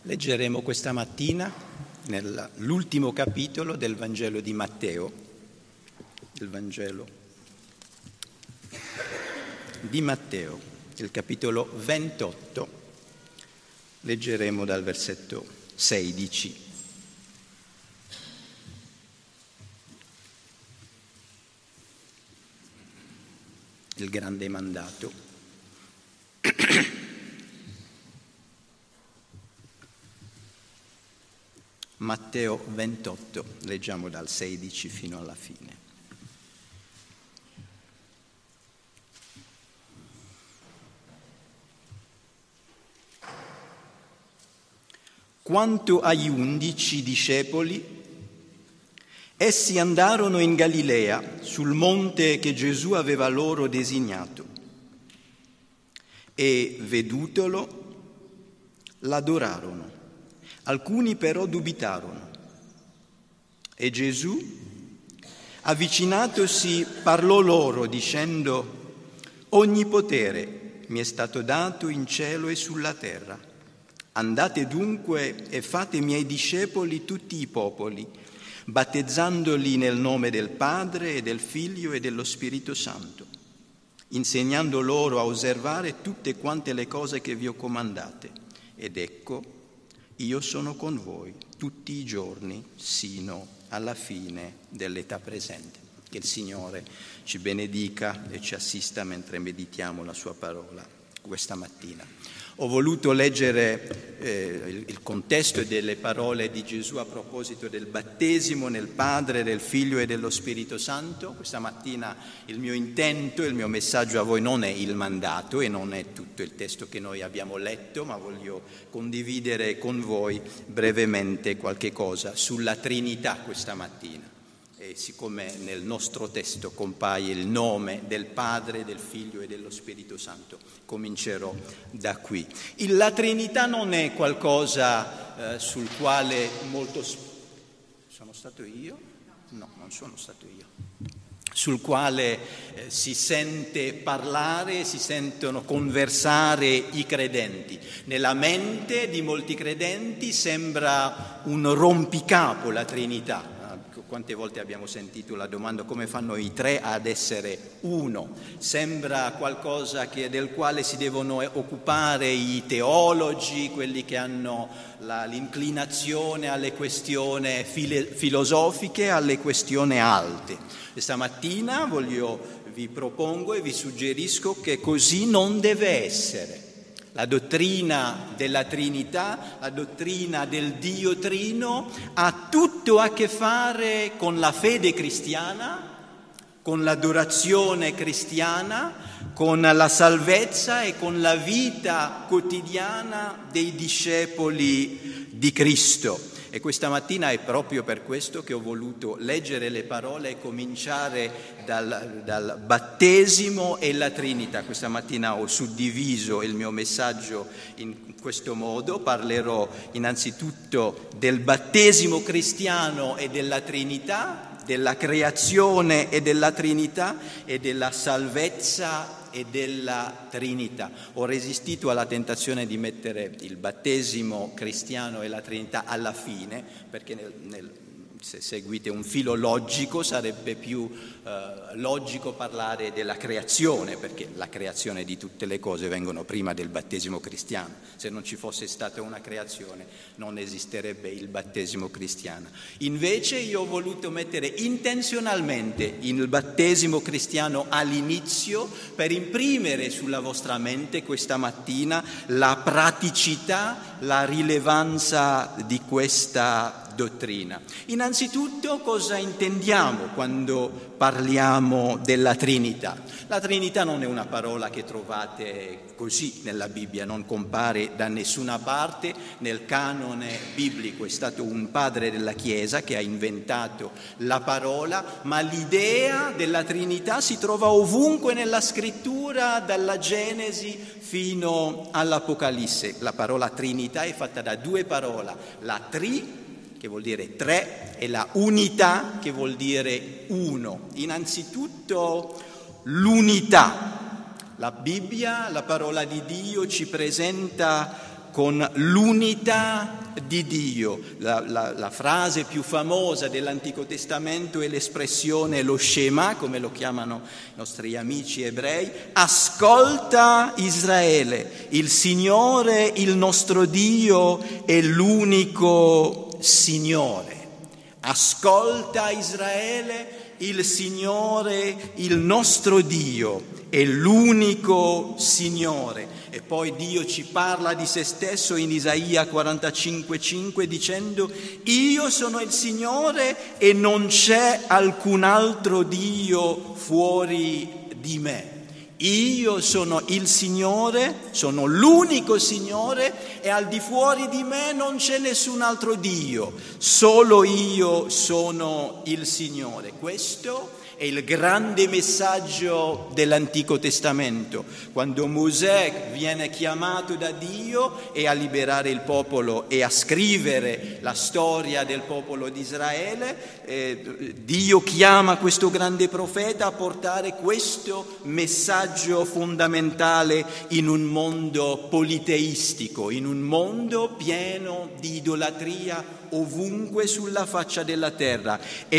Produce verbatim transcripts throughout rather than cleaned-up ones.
Leggeremo questa mattina nell'ultimo capitolo del Vangelo di Matteo, il Vangelo di Matteo, il capitolo ventotto, leggeremo dal versetto sedici. Il grande mandato. Matteo ventotto, leggiamo dal sedici fino alla fine. Quanto agli undici discepoli, essi andarono in Galilea, sul monte che Gesù aveva loro designato, e vedutolo l'adorarono. Alcuni però dubitarono. E Gesù, avvicinatosi, parlò loro dicendo: ogni potere mi è stato dato in cielo e sulla terra. Andate dunque e fate miei discepoli tutti i popoli, battezzandoli nel nome del Padre e del Figlio e dello Spirito Santo, insegnando loro a osservare tutte quante le cose che vi ho comandate. Ed ecco, io sono con voi tutti i giorni sino alla fine dell'età presente. Che il Signore ci benedica e ci assista mentre meditiamo la sua parola questa mattina. Ho voluto leggere eh, il, il contesto delle parole di Gesù a proposito del battesimo nel Padre, del Figlio e dello Spirito Santo. Questa mattina il mio intento, il mio messaggio a voi non è il mandato e non è tutto il testo che noi abbiamo letto, ma voglio condividere con voi brevemente qualche cosa sulla Trinità questa mattina. E siccome nel nostro testo compaie il nome del Padre, del Figlio e dello Spirito Santo, comincerò da qui. Il, la Trinità non è qualcosa eh, sul quale molto... Sono stato io? No, non sono stato io. Sul quale eh, si sente parlare, si sentono conversare i credenti. Nella mente di molti credenti sembra un rompicapo la Trinità. Quante volte abbiamo sentito la domanda: come fanno i tre ad essere uno? Sembra qualcosa che, del quale si devono occupare i teologi, quelli che hanno la, l'inclinazione alle questioni file, filosofiche, alle questioni alte. Questa mattina voglio, vi propongo e vi suggerisco che così non deve essere. La dottrina della Trinità, la dottrina del Dio Trino ha tutto a che fare con la fede cristiana, con l'adorazione cristiana, con la salvezza e con la vita quotidiana dei discepoli di Cristo. E questa mattina è proprio per questo che ho voluto leggere le parole e cominciare dal, dal battesimo e la Trinità. Questa mattina ho suddiviso il mio messaggio in questo modo. Parlerò innanzitutto del battesimo cristiano e della Trinità, della creazione e della Trinità e della salvezza e della Trinità. Ho resistito alla tentazione di mettere il battesimo cristiano e la Trinità alla fine, perché nel, nel, se seguite un filo logico sarebbe più eh, logico parlare della creazione, perché la creazione di tutte le cose vengono prima del battesimo cristiano. Se non ci fosse stata una creazione non esisterebbe il battesimo cristiano. Invece io ho voluto mettere intenzionalmente il battesimo cristiano all'inizio per imprimere sulla vostra mente questa mattina la praticità, la rilevanza di questa dottrina. Innanzitutto, cosa intendiamo quando parliamo della Trinità? La Trinità non è una parola che trovate così nella Bibbia, non compare da nessuna parte nel canone biblico. È stato un padre della Chiesa che ha inventato la parola, ma l'idea della Trinità si trova ovunque nella Scrittura, dalla Genesi fino all'Apocalisse. La parola Trinità è fatta da due parole, la tri, che vuol dire tre, e la unità, che vuol dire uno. Innanzitutto l'unità. La Bibbia, la parola di Dio, ci presenta con l'unità di Dio. La, la, la frase più famosa dell'Antico Testamento è l'espressione lo Shema, come lo chiamano i nostri amici ebrei. Ascolta Israele, il Signore, il nostro Dio, è l'unico Signore. Ascolta Israele, il Signore, il nostro Dio, è l'unico Signore. E poi Dio ci parla di se stesso in Isaia quarantacinque cinque dicendo: io sono il Signore e non c'è alcun altro Dio fuori di me. Io sono il Signore, sono l'unico Signore e al di fuori di me non c'è nessun altro Dio, solo io sono il Signore. Questo è il grande messaggio dell'Antico Testamento, quando Mosè viene chiamato da Dio e a liberare il popolo e a scrivere la storia del popolo di Israele. Eh, Dio chiama questo grande profeta a portare questo messaggio fondamentale in un mondo politeistico, in un mondo pieno di idolatria ovunque sulla faccia della terra.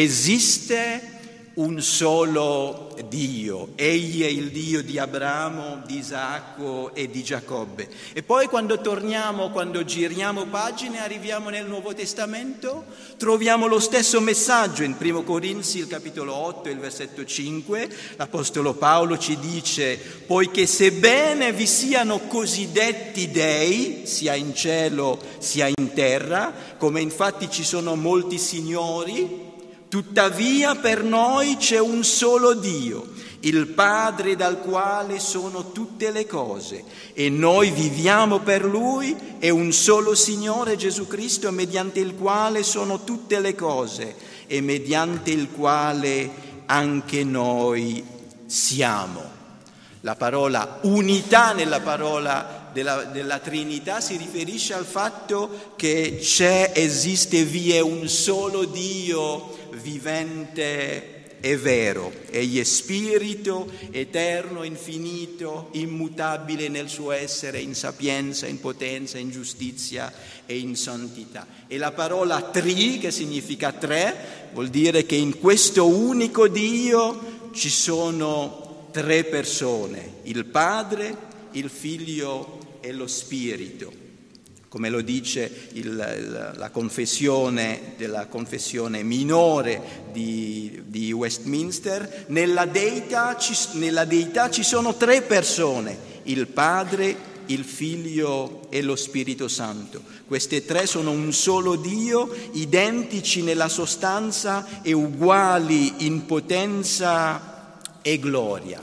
Esiste un solo Dio, egli è il Dio di Abramo, di Isacco e di Giacobbe. E poi quando torniamo, quando giriamo pagine, arriviamo nel Nuovo Testamento, troviamo lo stesso messaggio. In Primo Corinzi, il capitolo otto, il versetto cinque, l'Apostolo Paolo ci dice: poiché sebbene vi siano cosiddetti dei, sia in cielo sia in terra, come infatti ci sono molti signori, tuttavia per noi c'è un solo Dio, il Padre dal quale sono tutte le cose, e noi viviamo per Lui, e un solo Signore Gesù Cristo, mediante il quale sono tutte le cose e mediante il quale anche noi siamo. La parola unità nella parola della, della Trinità si riferisce al fatto che c'è, esiste, vi è un solo Dio vivente e vero. Egli è spirito, eterno, infinito, immutabile nel suo essere, in sapienza, in potenza, in giustizia e in santità. E la parola tri, che significa tre, vuol dire che in questo unico Dio ci sono tre persone: il Padre, il Figlio e lo Spirito. Come lo dice il, la confessione della confessione minore di, di Westminster, nella deità, ci, nella deità ci sono tre persone: il Padre, il Figlio e lo Spirito Santo. Queste tre sono un solo Dio, identici nella sostanza e uguali in potenza e gloria.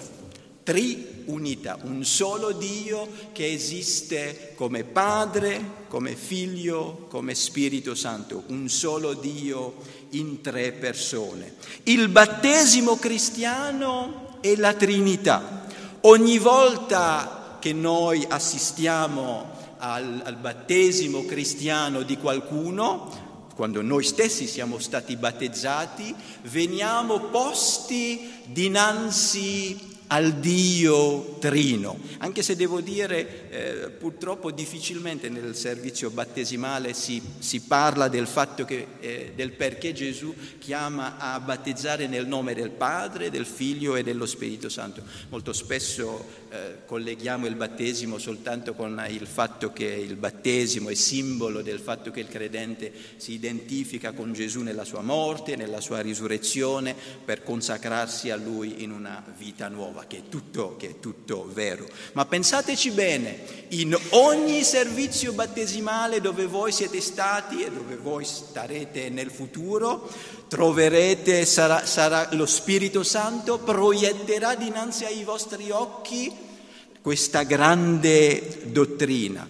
Triunità, un solo Dio che esiste come Padre, come Figlio, come Spirito Santo, un solo Dio in tre persone. Il battesimo cristiano è la Trinità. Ogni volta che noi assistiamo al, al battesimo cristiano di qualcuno, quando noi stessi siamo stati battezzati, veniamo posti dinanzi al Dio Trino, anche se devo dire eh, purtroppo difficilmente nel servizio battesimale si, si parla del fatto che, eh, del perché Gesù chiama a battezzare nel nome del Padre, del Figlio e dello Spirito Santo. Molto spesso eh, colleghiamo il battesimo soltanto con il fatto che il battesimo è simbolo del fatto che il credente si identifica con Gesù nella sua morte, nella sua risurrezione, per consacrarsi a Lui in una vita nuova. Che è tutto, che è tutto vero. Ma pensateci bene, in ogni servizio battesimale dove voi siete stati e dove voi starete nel futuro, troverete, sarà, sarà lo Spirito Santo proietterà dinanzi ai vostri occhi questa grande dottrina.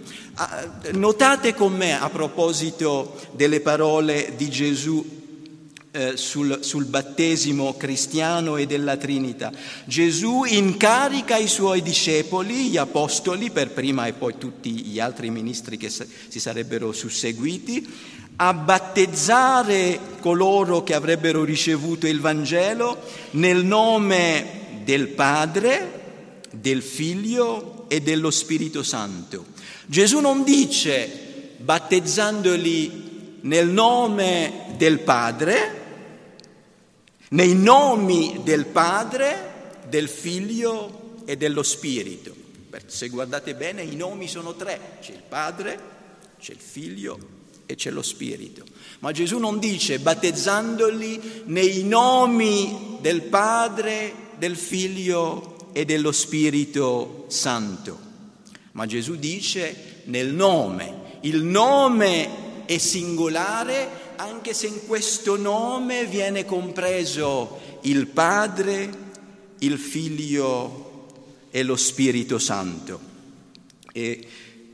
Notate con me, a proposito delle parole di Gesù Eh, sul, sul battesimo cristiano e della Trinità, Gesù incarica i suoi discepoli, gli apostoli per prima e poi tutti gli altri ministri che si sarebbero susseguiti, a battezzare coloro che avrebbero ricevuto il Vangelo nel nome del Padre, del Figlio e dello Spirito Santo. Gesù non dice battezzandoli nel nome del Padre, nei nomi del Padre, del Figlio e dello Spirito. Se guardate bene, i nomi sono tre: c'è il Padre, c'è il Figlio e c'è lo Spirito. Ma Gesù non dice battezzandoli nei nomi del Padre, del Figlio e dello Spirito Santo, ma Gesù dice nel nome. Il nome è singolare, anche se in questo nome viene compreso il Padre, il Figlio e lo Spirito Santo. E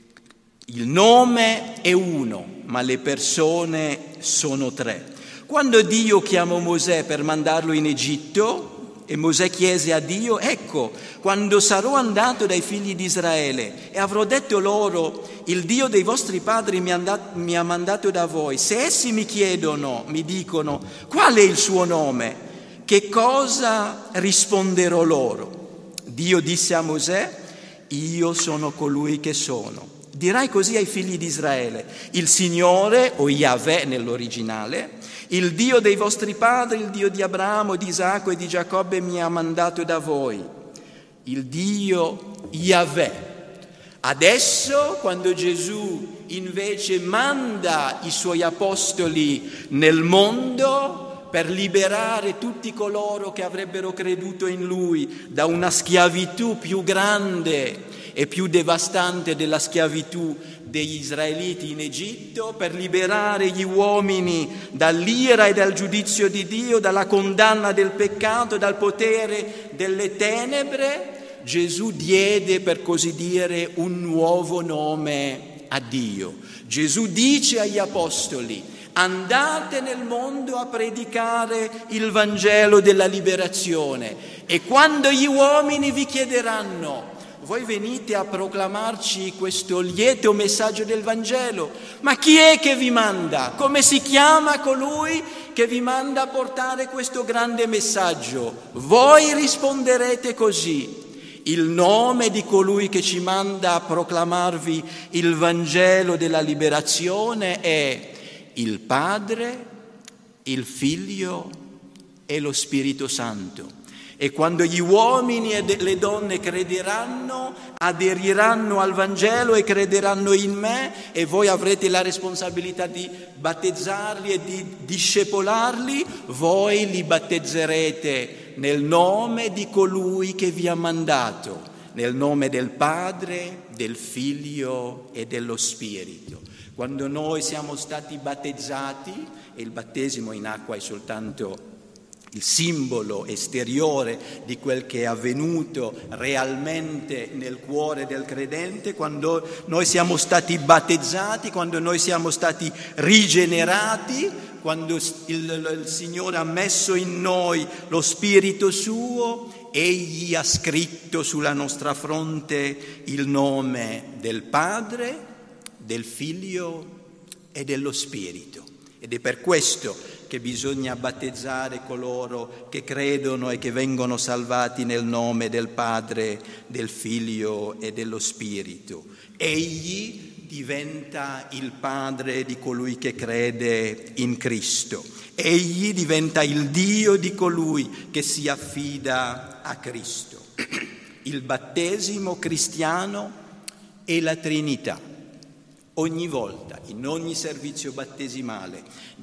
il nome è uno, ma le persone sono tre. Quando Dio chiamò Mosè per mandarlo in Egitto, e Mosè chiese a Dio: ecco, quando sarò andato dai figli di Israele e avrò detto loro: il Dio dei vostri padri mi, andat- mi ha mandato da voi, se essi mi chiedono, mi dicono: qual è il suo nome? Che cosa risponderò loro? Dio disse a Mosè: io sono colui che sono. Dirai così ai figli di Israele: il Signore, o Yahweh nell'originale, il Dio dei vostri padri, il Dio di Abramo, di Isacco e di Giacobbe mi ha mandato da voi. Il Dio Yahweh. Adesso, quando Gesù invece manda i suoi apostoli nel mondo per liberare tutti coloro che avrebbero creduto in lui da una schiavitù più grande e più devastante della schiavitù degli israeliti in Egitto, per liberare gli uomini dall'ira e dal giudizio di Dio, dalla condanna del peccato, dal potere delle tenebre, Gesù diede, per così dire, un nuovo nome a Dio. Gesù dice agli apostoli: andate nel mondo a predicare il Vangelo della liberazione, e quando gli uomini vi chiederanno: voi venite a proclamarci questo lieto messaggio del Vangelo, ma chi è che vi manda? Come si chiama colui che vi manda a portare questo grande messaggio? Voi risponderete così: il nome di colui che ci manda a proclamarvi il Vangelo della liberazione è il Padre, il Figlio e lo Spirito Santo. E quando gli uomini e le donne crederanno, aderiranno al Vangelo e crederanno in me, e voi avrete la responsabilità di battezzarli e di discepolarli, voi li battezzerete nel nome di colui che vi ha mandato, nel nome del Padre, del Figlio e dello Spirito. Quando noi siamo stati battezzati, e il battesimo in acqua è soltanto il simbolo esteriore di quel che è avvenuto realmente nel cuore del credente, quando noi siamo stati battezzati, quando noi siamo stati rigenerati, quando il, il Signore ha messo in noi lo Spirito Suo, Egli ha scritto sulla nostra fronte il nome del Padre, del Figlio e dello Spirito. Ed è per questo che bisogna battezzare coloro che credono e che vengono salvati nel nome del Padre, del Figlio e dello Spirito. Egli diventa il Padre di colui che crede in Cristo. Egli diventa il Dio di colui che si affida a Cristo. Il battesimo cristiano è la Trinità. Ogni volta, in ogni servizio battesimale,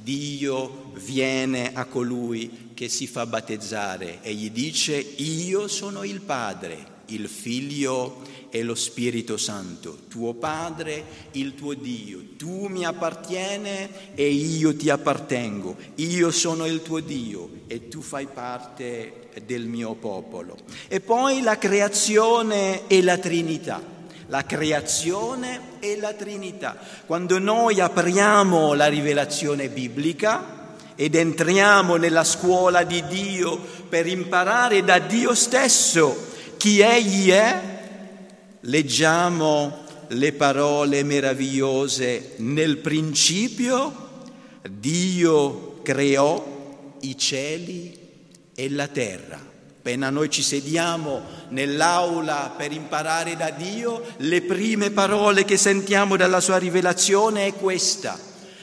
Dio viene a colui che si fa battezzare e gli dice: io sono il Padre, il Figlio e lo Spirito Santo, tuo Padre, il tuo Dio. Tu mi appartieni e io ti appartengo. Io sono il tuo Dio e tu fai parte del mio popolo. E poi la creazione e la Trinità. La creazione e la Trinità. Quando noi apriamo la rivelazione biblica ed entriamo nella scuola di Dio per imparare da Dio stesso chi Egli è, leggiamo le parole meravigliose: nel principio Dio creò i cieli e la terra. Appena noi ci sediamo nell'aula per imparare da Dio, le prime parole che sentiamo dalla sua rivelazione è questa: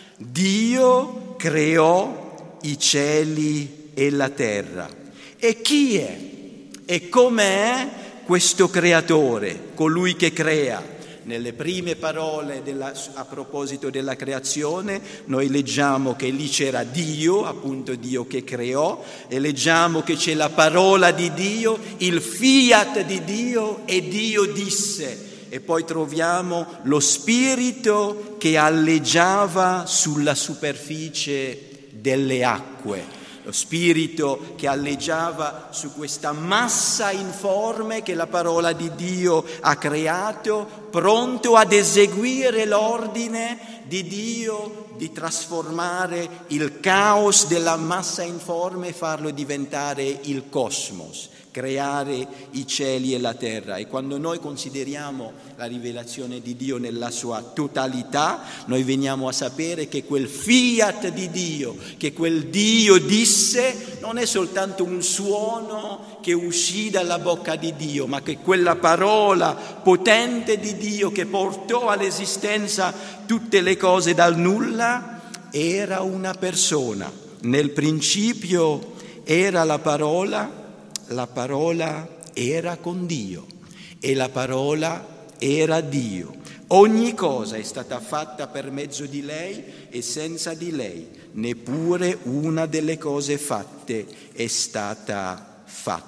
Dio creò i cieli e la terra. E chi è? E com'è questo creatore, colui che crea? Nelle prime parole della, a proposito della creazione, noi leggiamo che lì c'era Dio, appunto Dio che creò, e leggiamo che c'è la parola di Dio, il fiat di Dio, e Dio disse. E poi troviamo lo spirito che alleggiava sulla superficie delle acque. Lo spirito che alleggiava su questa massa informe che la parola di Dio ha creato, pronto ad eseguire l'ordine di Dio di trasformare il caos della massa informe e farlo diventare il cosmos, creare i cieli e la terra. E quando noi consideriamo la rivelazione di Dio nella sua totalità, noi veniamo a sapere che quel fiat di Dio, che quel Dio disse, non è soltanto un suono che uscì dalla bocca di Dio, ma che quella parola potente di Dio che portò all'esistenza tutte le cose dal nulla era una persona. Nel principio era la parola, la parola era con Dio e la parola era Dio. Ogni cosa è stata fatta per mezzo di lei e senza di lei neppure una delle cose fatte è stata fatta.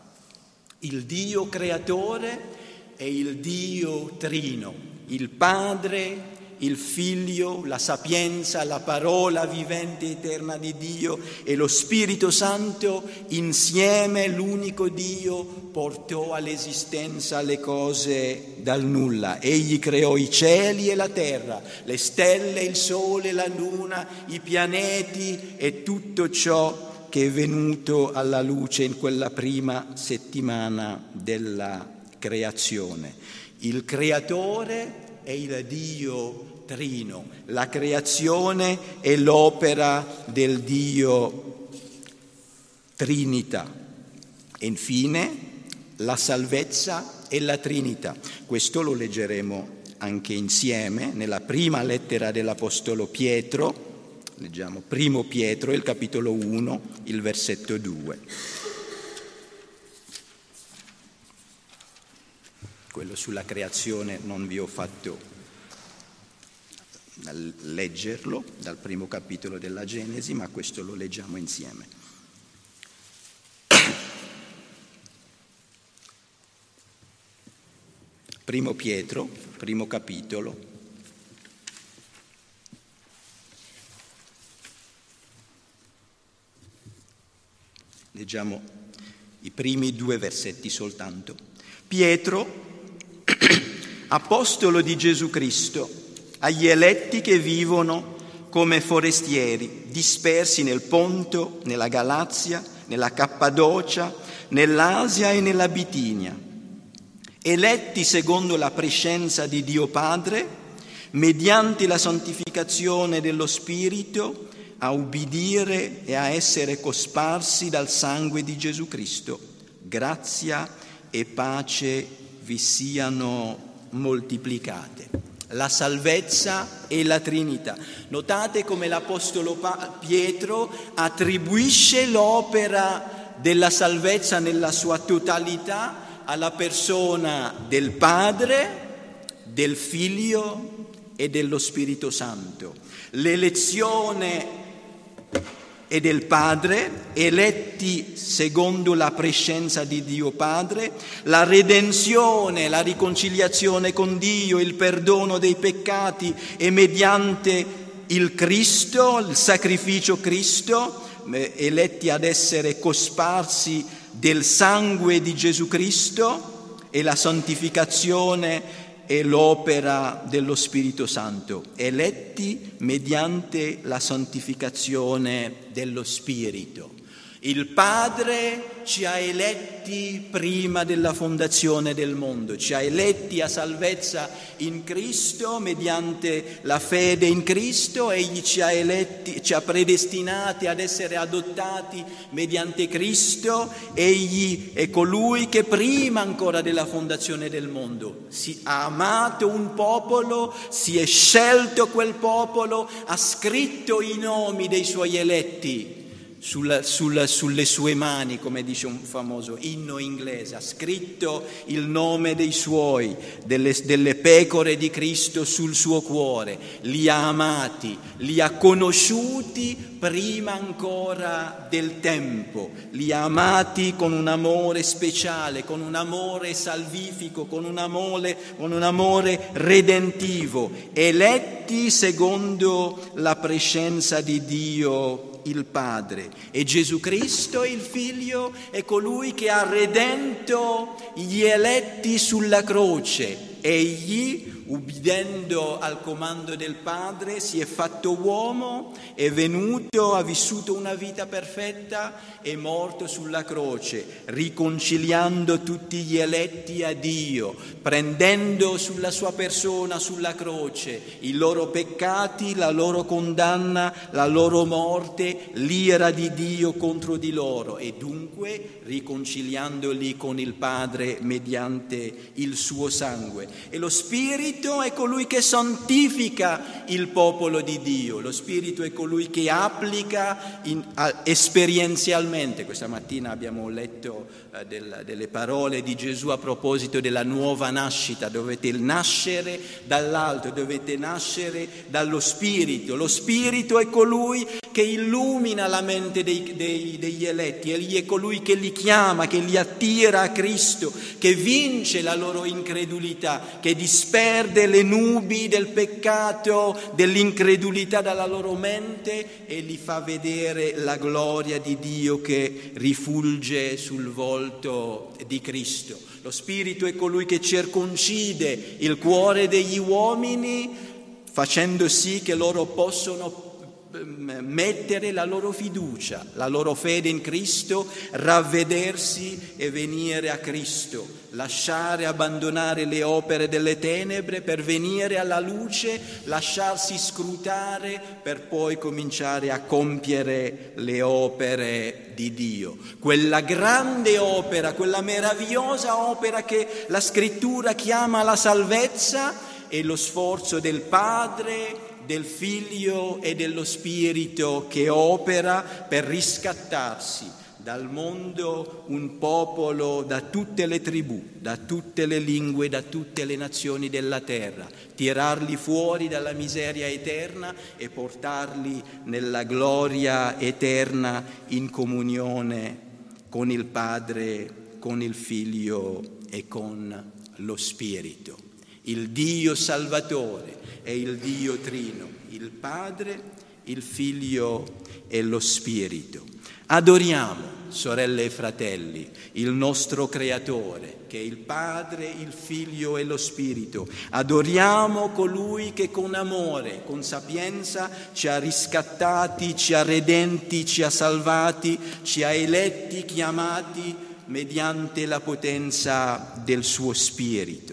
Il Dio creatore è il Dio trino, il Padre, il Figlio, la sapienza, la parola vivente e eterna di Dio e lo Spirito Santo insieme, l'unico Dio, portò all'esistenza le cose dal nulla. Egli creò i cieli e la terra, le stelle, il sole, la luna, i pianeti e tutto ciò che è venuto alla luce in quella prima settimana della creazione. Il creatore è il Dio trino, la creazione è l'opera del Dio Trinità. E infine la salvezza è la Trinità. Questo lo leggeremo anche insieme nella prima lettera dell'Apostolo Pietro. Leggiamo primo Pietro, il capitolo uno, il versetto due. Quello sulla creazione non vi ho fatto leggerlo dal primo capitolo della Genesi, ma questo lo leggiamo insieme. Primo Pietro, primo capitolo. Leggiamo i primi due versetti soltanto. Pietro, apostolo di Gesù Cristo, agli eletti che vivono come forestieri, dispersi nel Ponto, nella Galazia, nella Cappadocia, nell'Asia e nella Bitinia, eletti secondo la prescenza di Dio Padre, mediante la santificazione dello Spirito, a ubbidire e a essere cosparsi dal sangue di Gesù Cristo. Grazia e pace vi siano moltiplicate. La salvezza e la Trinità. Notate come l'Apostolo Pietro attribuisce l'opera della salvezza nella sua totalità alla persona del Padre, del Figlio e dello Spirito Santo. L'elezione è del Padre, eletti secondo la prescenza di Dio Padre, la redenzione, la riconciliazione con Dio, il perdono dei peccati è mediante il Cristo, il sacrificio Cristo, eletti ad essere cosparsi del sangue di Gesù Cristo, e la santificazione è l'opera dello Spirito Santo, eletti mediante la santificazione dello Spirito. Il Padre ci ha eletti prima della fondazione del mondo, ci ha eletti a salvezza in Cristo mediante la fede in Cristo, egli ci ha eletti, ci ha predestinati ad essere adottati mediante Cristo, egli è colui che prima ancora della fondazione del mondo si ha amato un popolo, si è scelto quel popolo, ha scritto i nomi dei suoi eletti Sulla, sulla, sulle sue mani, come dice un famoso inno inglese, ha scritto il nome dei suoi, delle, delle pecore di Cristo sul suo cuore, li ha amati, li ha conosciuti prima ancora del tempo, li ha amati con un amore speciale, con un amore salvifico, con un amore, con un amore redentivo, eletti secondo la prescenza di Dio il Padre. E Gesù Cristo, il Figlio, è colui che ha redento gli eletti sulla croce. Egli, ubbidendo al comando del Padre, si è fatto uomo, è venuto, ha vissuto una vita perfetta, è morto sulla croce, riconciliando tutti gli eletti a Dio, prendendo sulla sua persona, sulla croce, i loro peccati, la loro condanna, la loro morte, l'ira di Dio contro di loro, e dunque riconciliandoli con il Padre mediante il suo sangue. E lo Spirito è colui che santifica il popolo di Dio, lo Spirito è colui che applica in, a, esperienzialmente. Questa mattina abbiamo letto eh, del, delle parole di Gesù a proposito della nuova nascita: dovete nascere dall'alto, dovete nascere dallo Spirito. Lo Spirito è colui che illumina la mente dei, dei, degli eletti, egli è colui che li chiama, che li attira a Cristo, che vince la loro incredulità, che disperde le nubi del peccato, dell'incredulità dalla loro mente e li fa vedere la gloria di Dio che rifulge sul volto di Cristo. Lo Spirito è colui che circoncide il cuore degli uomini, facendo sì che loro possono mettere la loro fiducia, la loro fede in Cristo, ravvedersi e venire a Cristo, lasciare, abbandonare le opere delle tenebre per venire alla luce, lasciarsi scrutare per poi cominciare a compiere le opere di Dio. Quella grande opera, quella meravigliosa opera che la Scrittura chiama la salvezza, è lo sforzo del Padre, del Figlio e dello Spirito che opera per riscattarsi dal mondo un popolo da tutte le tribù, da tutte le lingue, da tutte le nazioni della terra, tirarli fuori dalla miseria eterna e portarli nella gloria eterna in comunione con il Padre, con il Figlio e con lo Spirito. Il Dio Salvatore è il Dio Trino, il Padre, il Figlio e lo Spirito. Adoriamo, sorelle e fratelli, il nostro Creatore, che è il Padre, il Figlio e lo Spirito. Adoriamo colui che con amore, con sapienza ci ha riscattati, ci ha redenti, ci ha salvati, ci ha eletti, chiamati mediante la potenza del suo Spirito.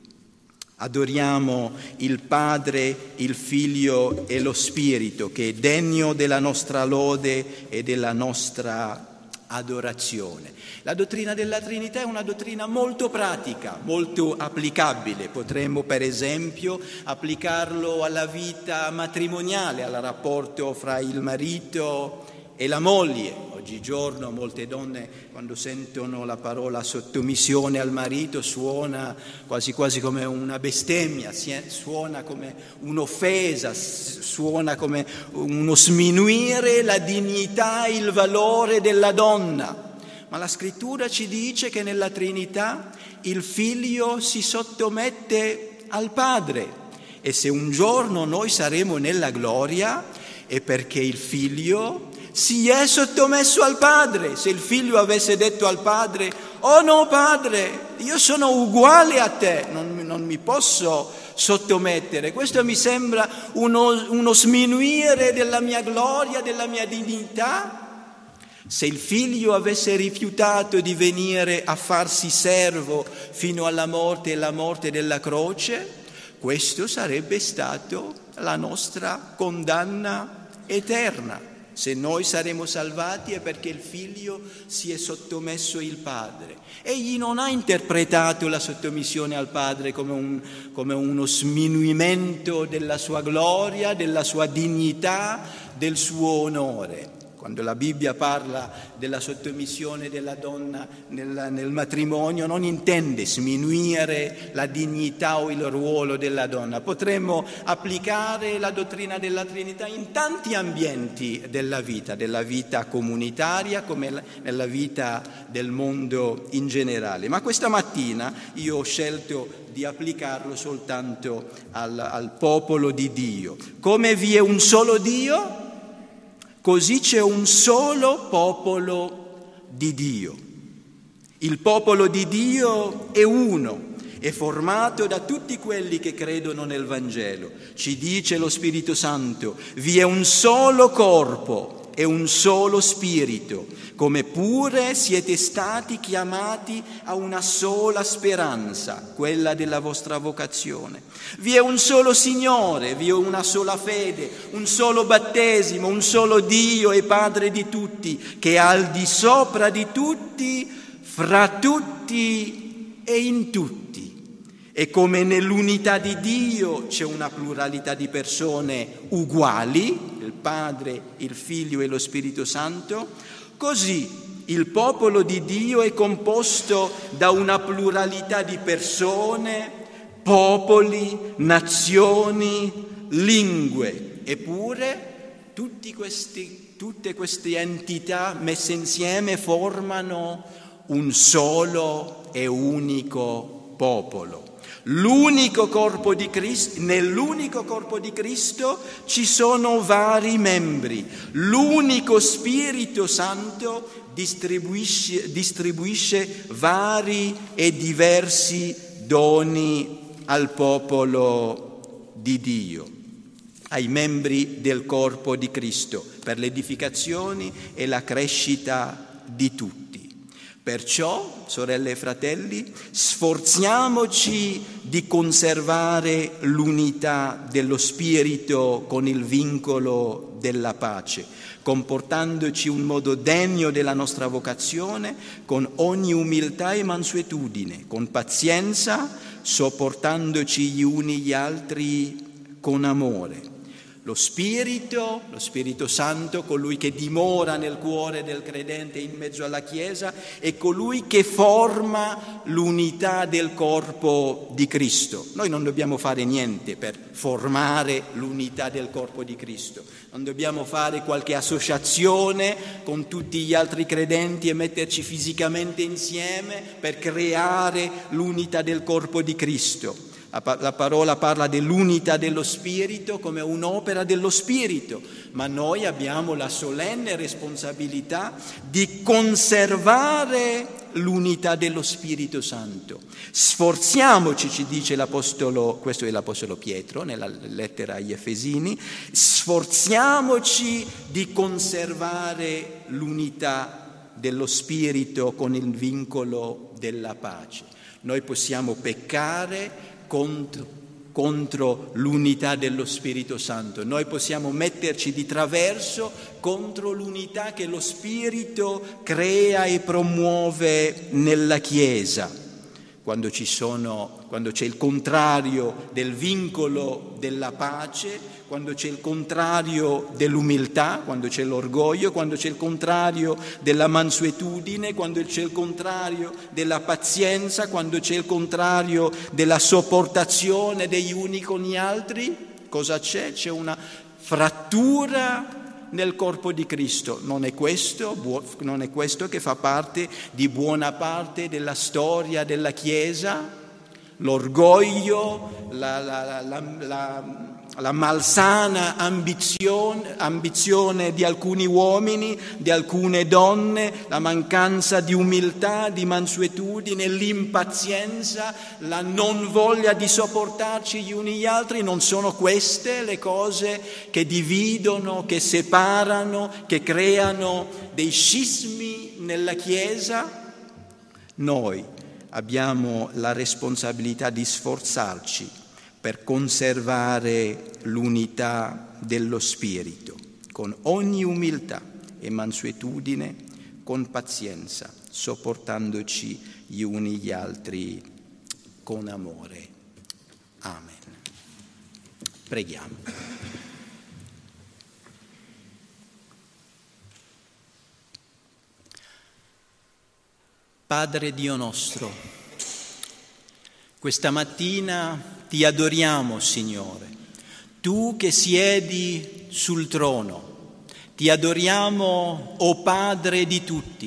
Adoriamo il Padre, il Figlio e lo Spirito, che è degno della nostra lode e della nostra adorazione. La dottrina della Trinità è una dottrina molto pratica, molto applicabile. Potremmo per esempio applicarlo alla vita matrimoniale, al rapporto fra il marito e la moglie. Oggigiorno molte donne, quando sentono la parola sottomissione al marito, suona quasi quasi come una bestemmia, suona come un'offesa, suona come uno sminuire la dignità e il valore della donna. Ma la Scrittura ci dice che nella Trinità il Figlio si sottomette al Padre, e se un giorno noi saremo nella gloria è perché il Figlio si è sottomesso al Padre. Se il Figlio avesse detto al Padre: oh no Padre, io sono uguale a te, non, non mi posso sottomettere, questo mi sembra uno, uno sminuire della mia gloria, della mia dignità. Se il figlio avesse rifiutato di venire a farsi servo fino alla morte e la morte della croce, questo sarebbe stato la nostra condanna eterna. Se noi saremo salvati è perché il figlio si è sottomesso al padre. Egli non ha interpretato la sottomissione al padre come, un, come uno sminuimento della sua gloria, della sua dignità, del suo onore. Quando la Bibbia parla della sottomissione della donna nel, nel matrimonio, non intende sminuire la dignità o il ruolo della donna. Potremmo applicare la dottrina della Trinità in tanti ambienti della vita, della vita comunitaria come nella vita del mondo in generale. Ma questa mattina io ho scelto di applicarlo soltanto al, al popolo di Dio. Come vi è un solo Dio, così c'è un solo popolo di Dio. Il popolo di Dio è uno, è formato da tutti quelli che credono nel Vangelo. Ci dice lo Spirito Santo, vi è un solo corpo e un solo spirito, come pure siete stati chiamati a una sola speranza, quella della vostra vocazione. Vi è un solo Signore, vi è una sola fede, un solo battesimo, un solo Dio e Padre di tutti, che è al di sopra di tutti, fra tutti e in tutti. E come nell'unità di Dio c'è una pluralità di persone uguali, il Padre, il Figlio e lo Spirito Santo, così il popolo di Dio è composto da una pluralità di persone, popoli, nazioni, lingue. Eppure tutti questi, tutte queste entità messe insieme formano un solo e unico popolo. L'unico corpo di Cristo, nell'unico corpo di Cristo ci sono vari membri. L'unico Spirito Santo distribuisce, distribuisce vari e diversi doni al popolo di Dio, ai membri del corpo di Cristo, per l'edificazione e la crescita di tutti. Perciò, sorelle e fratelli, sforziamoci di conservare l'unità dello Spirito con il vincolo della pace, comportandoci in modo degno della nostra vocazione, con ogni umiltà e mansuetudine, con pazienza, sopportandoci gli uni gli altri con amore. Lo Spirito, lo Spirito Santo, colui che dimora nel cuore del credente in mezzo alla Chiesa, è colui che forma l'unità del corpo di Cristo. Noi non dobbiamo fare niente per formare l'unità del corpo di Cristo. Non dobbiamo fare qualche associazione con tutti gli altri credenti e metterci fisicamente insieme per creare l'unità del corpo di Cristo. La parola parla dell'unità dello Spirito come un'opera dello Spirito, ma noi abbiamo la solenne responsabilità di conservare l'unità dello Spirito Santo. Sforziamoci, ci dice l'Apostolo, questo è l'Apostolo Pietro nella lettera agli Efesini, sforziamoci di conservare l'unità dello Spirito con il vincolo della pace. Noi possiamo peccare Contro, contro l'unità dello Spirito Santo. Noi possiamo metterci di traverso contro l'unità che lo Spirito crea e promuove nella Chiesa. Quando ci sono, quando c'è il contrario del vincolo della pace, quando c'è il contrario dell'umiltà, quando c'è l'orgoglio, quando c'è il contrario della mansuetudine, quando c'è il contrario della pazienza, quando c'è il contrario della sopportazione degli uni con gli altri, cosa c'è? C'è una frattura nel corpo di Cristo. Non è questo, non è questo che fa parte di buona parte della storia della Chiesa? L'orgoglio, la, la, la, la, la malsana ambizione, ambizione di alcuni uomini, di alcune donne, la mancanza di umiltà, di mansuetudine, l'impazienza, la non voglia di sopportarci gli uni gli altri. Non sono queste le cose che dividono, che separano, che creano dei scismi nella Chiesa? Noi abbiamo la responsabilità di sforzarci per conservare l'unità dello Spirito, con ogni umiltà e mansuetudine, con pazienza, sopportandoci gli uni gli altri con amore. Amen. Preghiamo. Padre Dio nostro, questa mattina ti adoriamo, Signore, tu che siedi sul trono. Ti adoriamo, o Padre di tutti,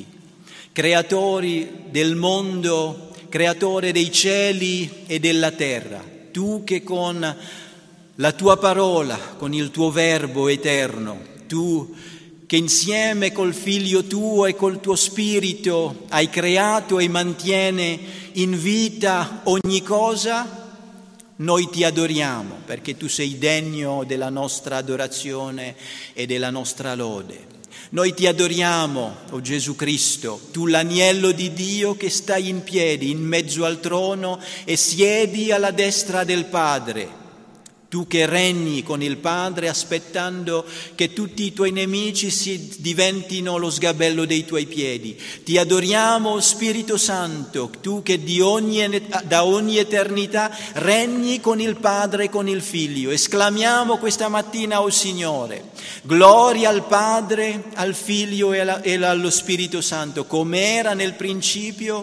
creatori del mondo, creatore dei cieli e della terra. Tu che con la tua parola, con il tuo verbo eterno, tu che insieme col Figlio tuo e col tuo Spirito hai creato e mantiene in vita ogni cosa, noi ti adoriamo perché tu sei degno della nostra adorazione e della nostra lode. Noi ti adoriamo, o Gesù Cristo, tu l'agnello di Dio che stai in piedi in mezzo al trono e siedi alla destra del Padre. Tu che regni con il Padre aspettando che tutti i tuoi nemici si diventino lo sgabello dei tuoi piedi. Ti adoriamo, Spirito Santo, tu che di ogni, da ogni eternità regni con il Padre e con il Figlio. Esclamiamo questa mattina, o Signore, gloria al Padre, al Figlio e, alla, e allo Spirito Santo, come era nel principio,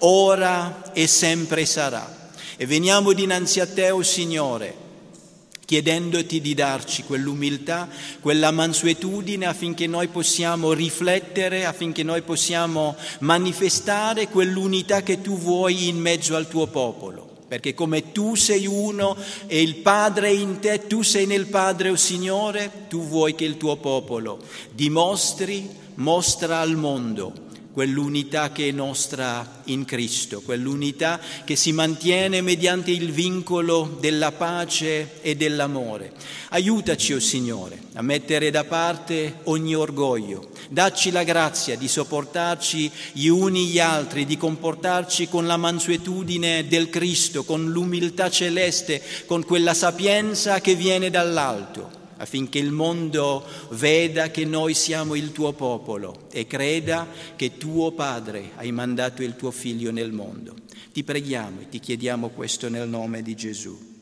ora e sempre sarà. E veniamo dinanzi a te, o Signore, chiedendoti di darci quell'umiltà, quella mansuetudine affinché noi possiamo riflettere, affinché noi possiamo manifestare quell'unità che tu vuoi in mezzo al tuo popolo. Perché come tu sei uno e il Padre è in te, tu sei nel Padre, o Signore, tu vuoi che il tuo popolo dimostri, mostra al mondo quell'unità che è nostra in Cristo, quell'unità che si mantiene mediante il vincolo della pace e dell'amore. Aiutaci, o Signore, a mettere da parte ogni orgoglio. Dacci la grazia di sopportarci gli uni gli altri, di comportarci con la mansuetudine del Cristo, con l'umiltà celeste, con quella sapienza che viene dall'alto, affinché il mondo veda che noi siamo il tuo popolo e creda che tuo Padre hai mandato il tuo Figlio nel mondo. Ti preghiamo e ti chiediamo questo nel nome di Gesù.